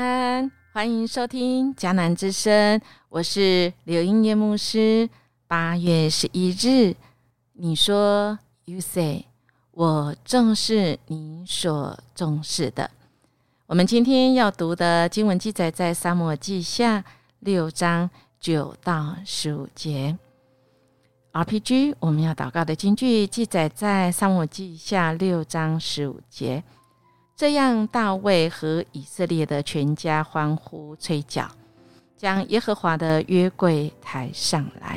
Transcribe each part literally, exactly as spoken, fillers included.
安，欢迎收听迦南之声，我是刘英叶牧师。八月十一日，你说 You say， 我重视你所重视的。我们今天要读的经文记载在撒母耳记下六章九到十五节。R P G 我们要祷告的金句记载在撒母耳记下六章十五节。这样大卫和以色列的全家欢呼吹角，将耶和华的约柜抬上来。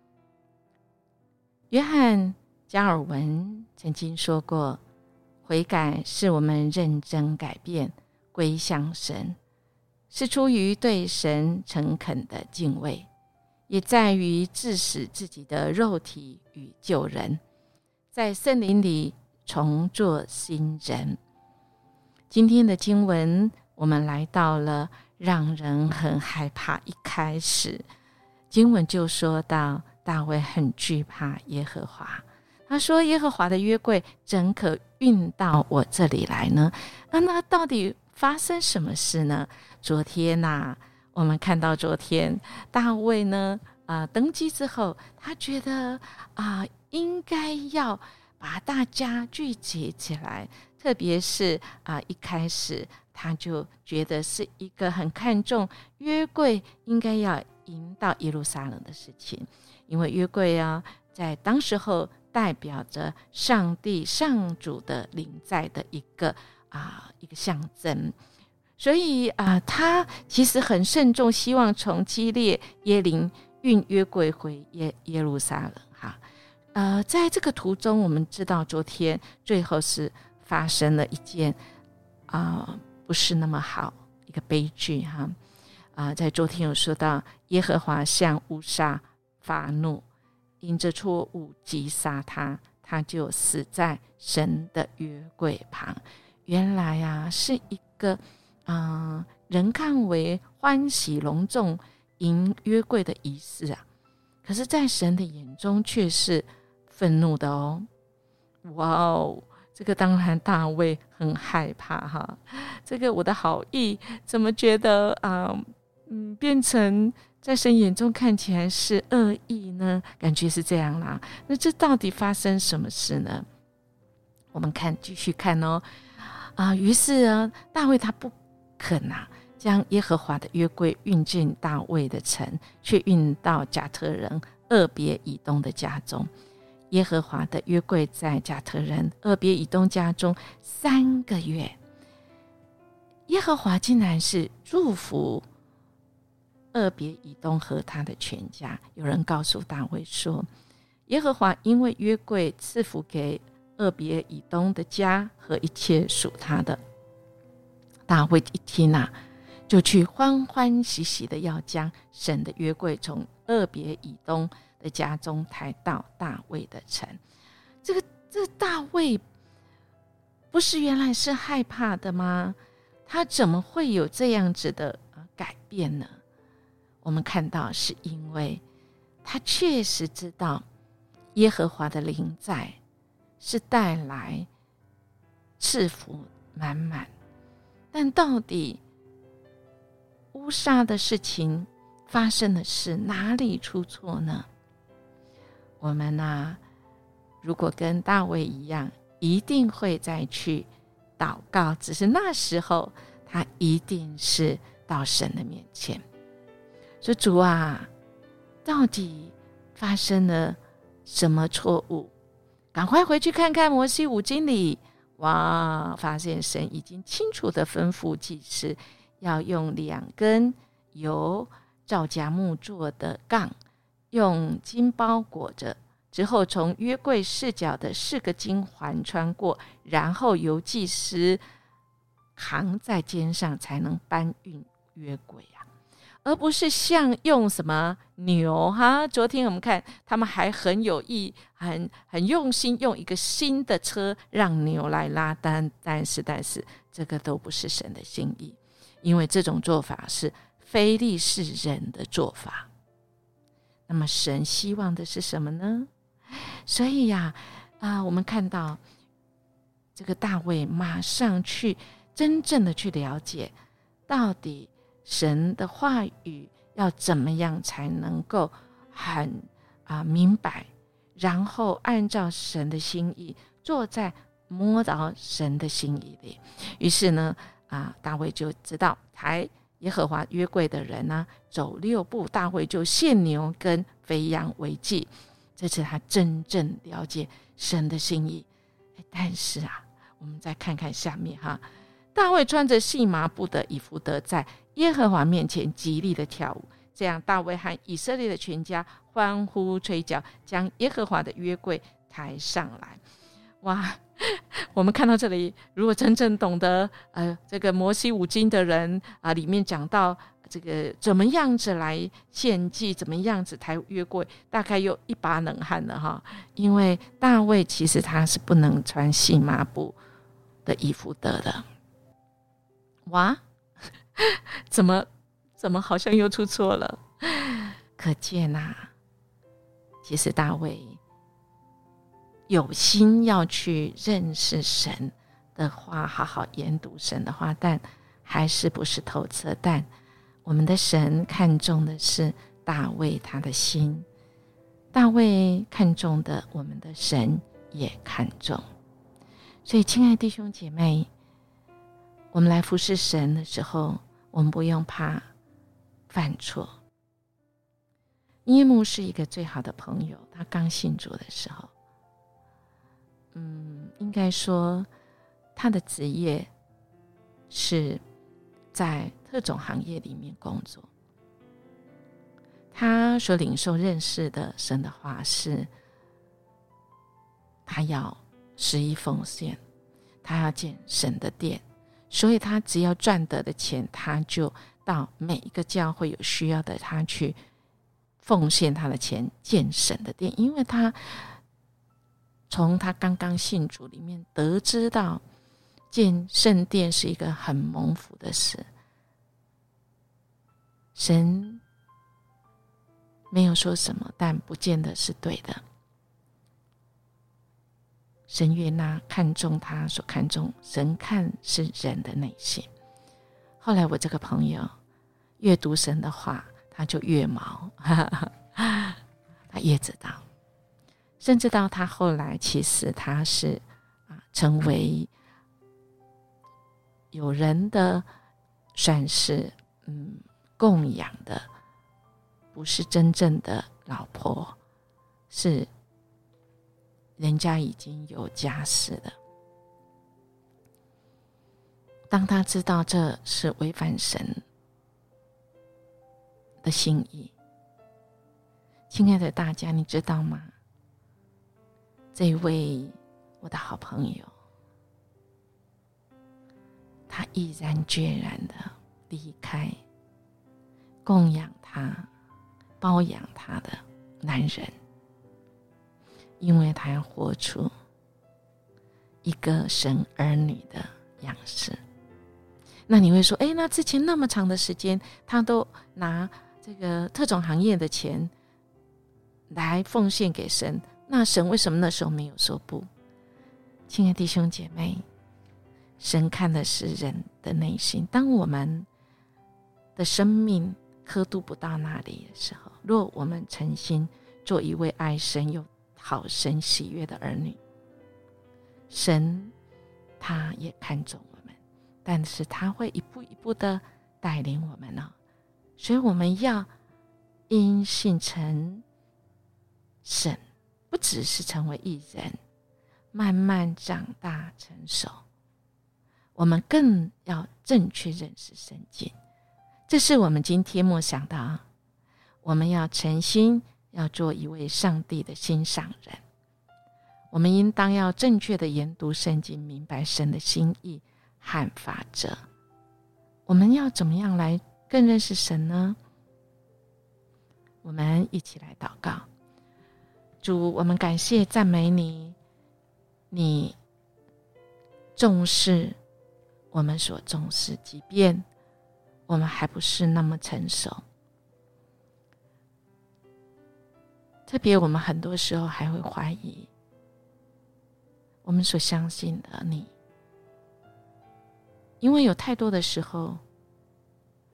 约翰加尔文曾经说过，悔改是我们认真改变归向神，是出于对神诚恳的敬畏，也在于致死自己的肉体与旧人，在圣灵里重做新人。今天的经文我们来到了让人很害怕，一开始经文就说到大卫很惧怕耶和华，他说耶和华的约柜怎可运到我这里来呢？啊，那到底发生什么事呢？昨天啊，我们看到昨天大卫呢、呃、登基之后，他觉得啊、呃，应该要把大家聚集起来，特别是、呃、一开始他就觉得是一个很看重约柜应该要迎到耶路撒冷的事情，因为约柜啊，在当时候代表着上帝上主的临在的一个啊、一个象征，所以啊、他其实很慎重，希望从基列耶林运约柜回 耶, 耶路撒冷哈。呃，在这个途中，我们知道昨天最后是发生了一件啊、呃、不是那么好一个悲剧哈。啊、呃，在昨天有说到耶和华向乌撒发怒，因着错误击杀他，他就死在神的约柜旁。原来啊，是一个啊、呃、人看为欢喜隆重迎约柜的仪式啊，可是在神的眼中却是愤怒的哦。哇哦，这个当然大卫很害怕哈，这个我的好意怎么觉得啊、呃、嗯变成在神眼中看起来是恶意呢？感觉是这样啦。那这到底发生什么事呢？我们看继续看哦。啊，于是啊，大卫他不肯啊将耶和华的约柜运进大卫的城，却运到加特人俄别以东的家中。耶和华的约柜在加特人俄别以东家中三个月，耶和华竟然是祝福俄别以东和他的全家。有人告诉大卫说，耶和华因为约柜赐福给俄别以东的家和一切属他的。大卫一听啊，就去欢欢喜喜的要将神的约柜从俄别以东的家中抬到大卫的城。这个这个大卫不是原来是害怕的吗？他怎么会有这样子的改变呢？我们看到是因为他确实知道耶和华的临在是带来赐福满满，但到底乌撒的事情发生的是哪里出错呢？我们啊，如果跟大卫一样，一定会再去祷告，只是那时候他一定是到神的面前说，主啊，到底发生了什么错误？赶快回去看看摩西五经里，哇，发现神已经清楚地吩咐祭司要用两根由皂荚木做的杠，用金包裹着，之后从约柜四角的四个金环穿过，然后由祭司扛在肩上，才能搬运约柜啊，而不是像用什么牛哈。昨天我们看他们还很有意很很用心用一个新的车让牛来拉单，但是但是这个都不是神的心意，因为这种做法是非利士人的做法。那么神希望的是什么呢？所以呀、啊呃，我们看到这个大卫马上去真正的去了解到底神的话语要怎么样才能够很、啊、明白，然后按照神的心意坐在摸到神的心意里。于是呢啊，大卫就知道抬耶和华约柜的人呢、啊、走六步，大卫就献牛跟肥羊为祭。这次他真正了解神的心意。但是啊，我们再看看下面哈，大卫穿着细麻布的以弗得，在耶和华面前极力的跳舞。这样大卫和以色列的全家欢呼吹角，将耶和华的约柜抬上来。哇，我们看到这里，如果真正懂得呃这个摩西五经的人啊、呃，里面讲到这个怎么样子来献祭，怎么样子抬约柜，大概有一把冷汗了哈。因为大卫其实他是不能穿细麻布的以弗得的。哇，怎么怎么好像又出错了？可见啊，其实大卫有心要去认识神的话，好好研读神的话，但还是不是透彻。但我们的神看重的是大卫他的心，大卫看重的，我们的神也看重。所以亲爱的弟兄姐妹，我们来服侍神的时候，我们不用怕犯错。耶牧是一个最好的朋友，他刚信主的时候，嗯，应该说他的职业是在特种行业里面工作。他所领受认识的神的话是，他要十一奉献，他要建神的殿，所以他只要赚得的钱，他就到每一个教会有需要的，他去奉献他的钱建神的殿。因为他从他刚刚信主里面得知到建圣殿是一个很蒙福的事，神没有说什么，但不见得是对的。神悦纳看重他所看重，神看是人的内心。后来我这个朋友越读神的话，他就越毛，他越知道，甚至到他后来其实他是、啊、成为有人的算是嗯供养的，不是真正的老婆，是人家已经有家室了。当他知道这是违反神的心意，亲爱的大家，你知道吗？这位我的好朋友，他毅然决然的离开供养他包养他的男人，因为他要活出一个神儿女的样式。那你会说，诶，那之前那么长的时间他都拿这个特种行业的钱来奉献给神，那神为什么那时候没有说不？亲爱的弟兄姐妹，神看的是人的内心。当我们的生命刻度不到那里的时候，若我们诚心做一位爱神又讨神喜悦的儿女，神他也看重我们，但是他会一步一步的带领我们、哦、所以我们要因信成神，不只是成为义人，慢慢长大成熟，我们更要正确认识圣经。这是我们今天默想的、啊、我们要诚心要做一位上帝的欣赏人，我们应当要正确的研读圣经，明白神的心意和法则。我们要怎么样来更认识神呢？我们一起来祷告。主，我们感谢赞美你，你重视我们所重视，即便我们还不是那么成熟，特别我们很多时候还会怀疑我们所相信的你，因为有太多的时候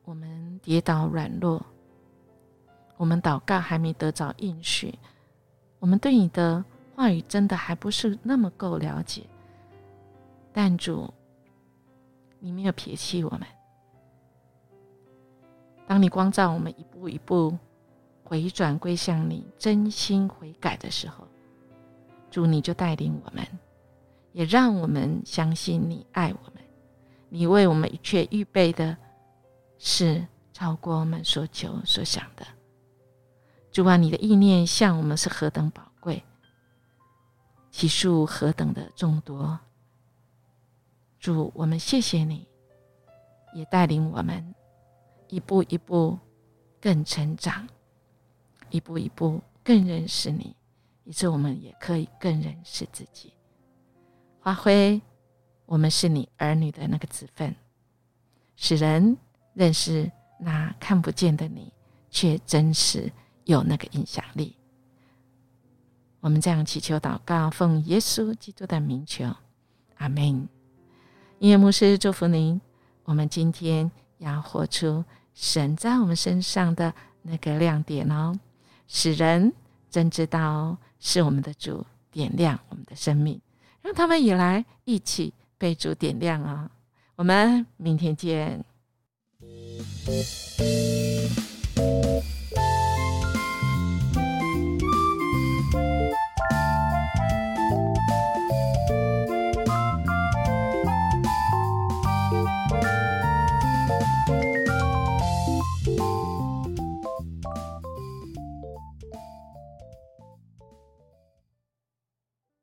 我们跌倒软弱，我们祷告还没得着应许，我们对你的话语真的还不是那么够了解，但主，你没有撇弃我们。当你光照我们一步一步回转归向你，真心悔改的时候，主，你就带领我们，也让我们相信你爱我们，你为我们一切预备的是超过我们所求所想的。主啊，你的意念向我们是何等宝贵，其数何等的众多。主，我们谢谢你，也带领我们一步一步更成长，一步一步更认识你，以致我们也可以更认识自己，发挥我们是你儿女的那个职分，使人认识那看不见的你，却真实有那个影响力。我们这样祈求祷告，奉耶稣基督的名求，阿们。音乐牧师祝福您，我们今天要活出神在我们身上的那个亮点哦，使人真知道是我们的主点亮我们的生命，让他们也来一起被主点亮哦。我们明天见。